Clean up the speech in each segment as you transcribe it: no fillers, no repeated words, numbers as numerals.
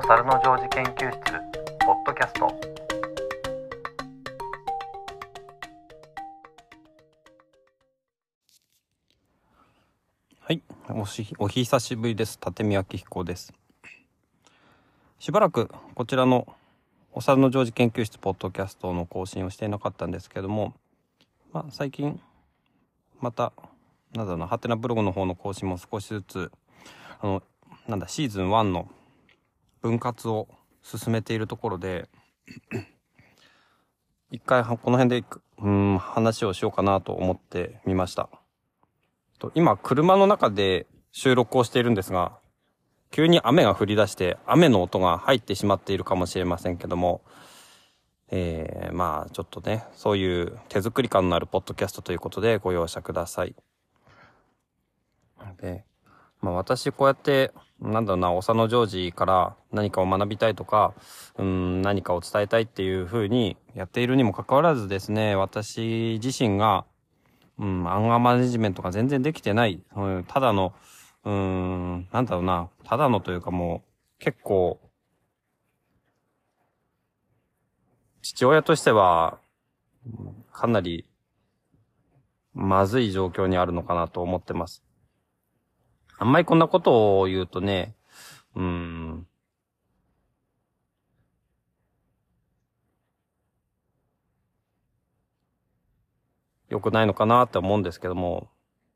猿のジョージ研究室ポッドキャスト。 はい、お久しぶりです。立見明彦です。しばらくこちらのお猿のジョージ研究室ポッドキャストの更新をしていなかったんですけども、最近またハテナブログの方の更新も少しずつシーズン1の分割を進めているところで一回この辺で話をしようかなと思ってみました。今車の中で収録をしているんですが、急に雨が降り出して雨の音が入ってしまっているかもしれませんけども、ちょっとね、そういう手作り感のあるポッドキャストということでご容赦ください。で、私こうやっておさのジョージから何かを学びたいとか、何かを伝えたいっていう風にやっているにもかかわらずですね、私自身がアンガーマネジメントが全然できてない、ただのただのというかもう結構父親としてはかなりまずい状況にあるのかなと思ってます。あんまりこんなことを言うとね、良くないのかなって思うんですけども、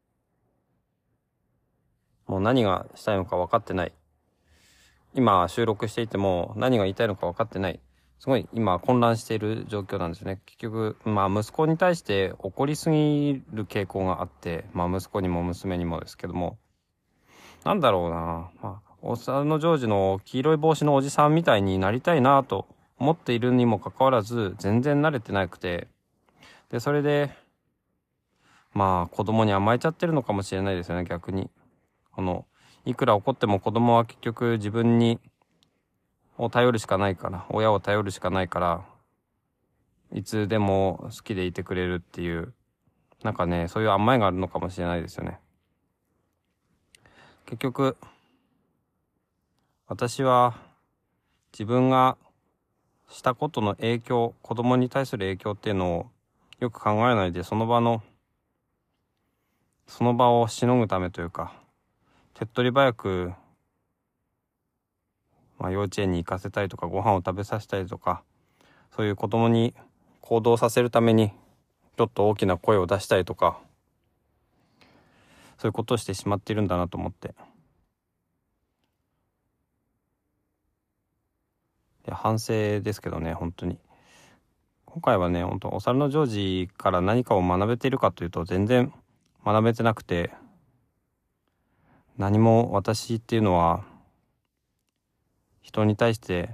もう何がしたいのか分かってない。今収録していても何が言いたいのか分かってない。すごい今混乱している状況なんですね。結局、息子に対して怒りすぎる傾向があって、息子にも娘にもですけども、お猿のジョージの黄色い帽子のおじさんみたいになりたいなと思っているにもかかわらず、全然慣れてなくて、で、それで、子供に甘えちゃってるのかもしれないですよね、逆に。いくら怒っても子供は結局自分を頼るしかないから、親を頼るしかないから、いつでも好きでいてくれるっていう、そういう甘えがあるのかもしれないですよね。結局、私は自分がしたことの影響、子供に対する影響っていうのをよく考えないで、その場をしのぐためというか、手っ取り早く、幼稚園に行かせたりとか、ご飯を食べさせたりとか、そういう子供に行動させるために、ちょっと大きな声を出したりとか、そういうことをしてしまっているんだなと思って。反省ですけどね、本当に。今回はね、お猿のジョージから何かを学べているかというと、全然学べてなくて、何も私っていうのは、人に対して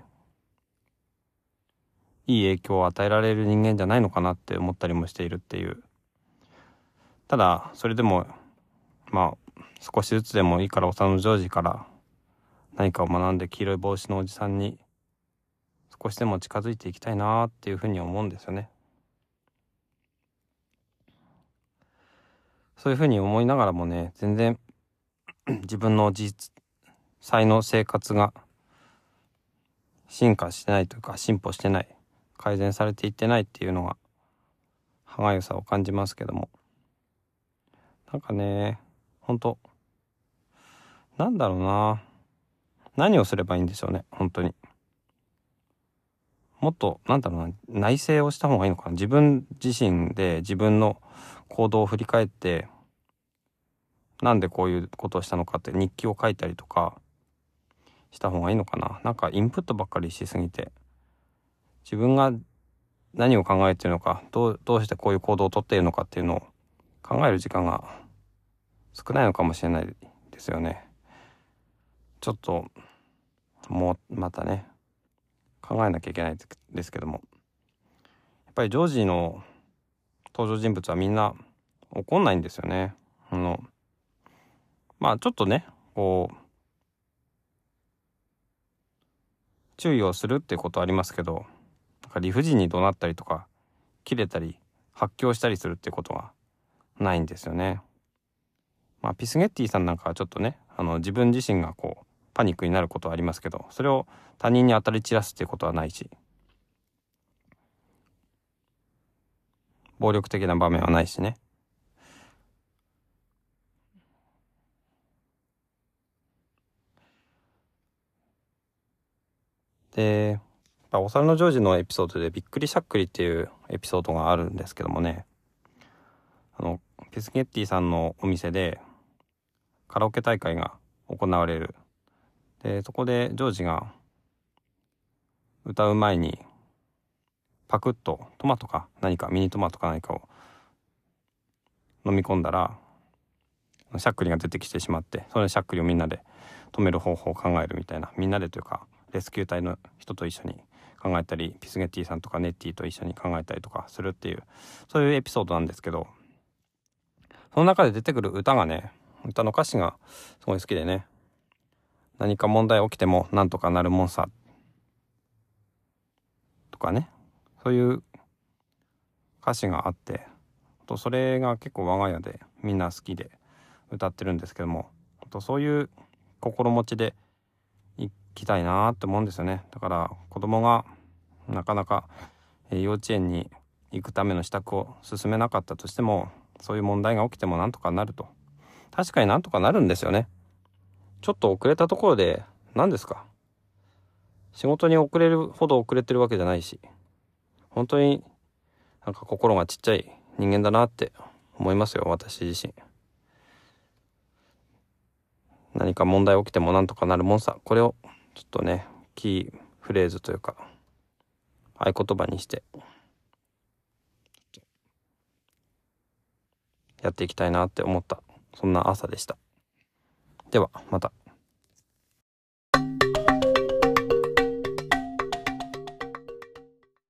いい影響を与えられる人間じゃないのかなって思ったりもしているっていう。ただ、それでも、少しずつでもいいからお猿のジョージから何かを学んで黄色い帽子のおじさんに少しでも近づいていきたいなっていうふうに思うんですよね。そういうふうに思いながらもね、全然自分の才能生活が進化してないというか進歩してない、改善されていってないっていうのが歯がゆさを感じますけども、本当何をすればいいんでしょうね。本当にもっと内省をした方がいいのかな。自分自身で自分の行動を振り返って、なんでこういうことをしたのかって日記を書いたりとかした方がいいのかな。インプットばっかりしすぎて、自分が何を考えているのか、どうしてこういう行動をとっているのかっていうのを考える時間が少ないのかもしれないですよね。ちょっともうまたね、考えなきゃいけないですけども、やっぱりジョージの登場人物はみんな怒んないんですよね。ちょっとね、注意をするってことはありますけど、理不尽に怒鳴ったりとか切れたり発狂したりするってことはないんですよね。ピスゲッティさんなんかはちょっとね、自分自身がパニックになることはありますけど、それを他人に当たり散らすっていうことはないし、暴力的な場面はないしね。で、お猿のジョージのエピソードでびっくりしゃっくりっていうエピソードがあるんですけどもね、ピスゲッティさんのお店でカラオケ大会が行われる。で、そこでジョージが歌う前にパクッとトマトか何かミニトマトか何かを飲み込んだらしゃっくりが出てきてしまって、そのしゃっくりをみんなで止める方法を考えるみたいな、みんなでというかレスキュー隊の人と一緒に考えたり、ピスゲッティさんとかネッティと一緒に考えたりとかするっていう、そういうエピソードなんですけど、その中で出てくる歌がね、歌の歌詞がすごい好きでね、何か問題起きてもなんとかなるもんさとかね、そういう歌詞があって、それが結構我が家でみんな好きで歌ってるんですけども、そういう心持ちでいきたいなって思うんですよね。だから子供がなかなか幼稚園に行くための支度を進めなかったとしても、そういう問題が起きてもなんとかなると。確かになんとかなるんですよね。ちょっと遅れたところで何ですか、仕事に遅れるほど遅れてるわけじゃないし、本当になんか心がちっちゃい人間だなって思いますよ、私自身。何か問題起きてもなんとかなるもんさ、これをちょっとね、キーフレーズというか合言葉にしてやっていきたいなって思った、そんな朝でした。ではまた。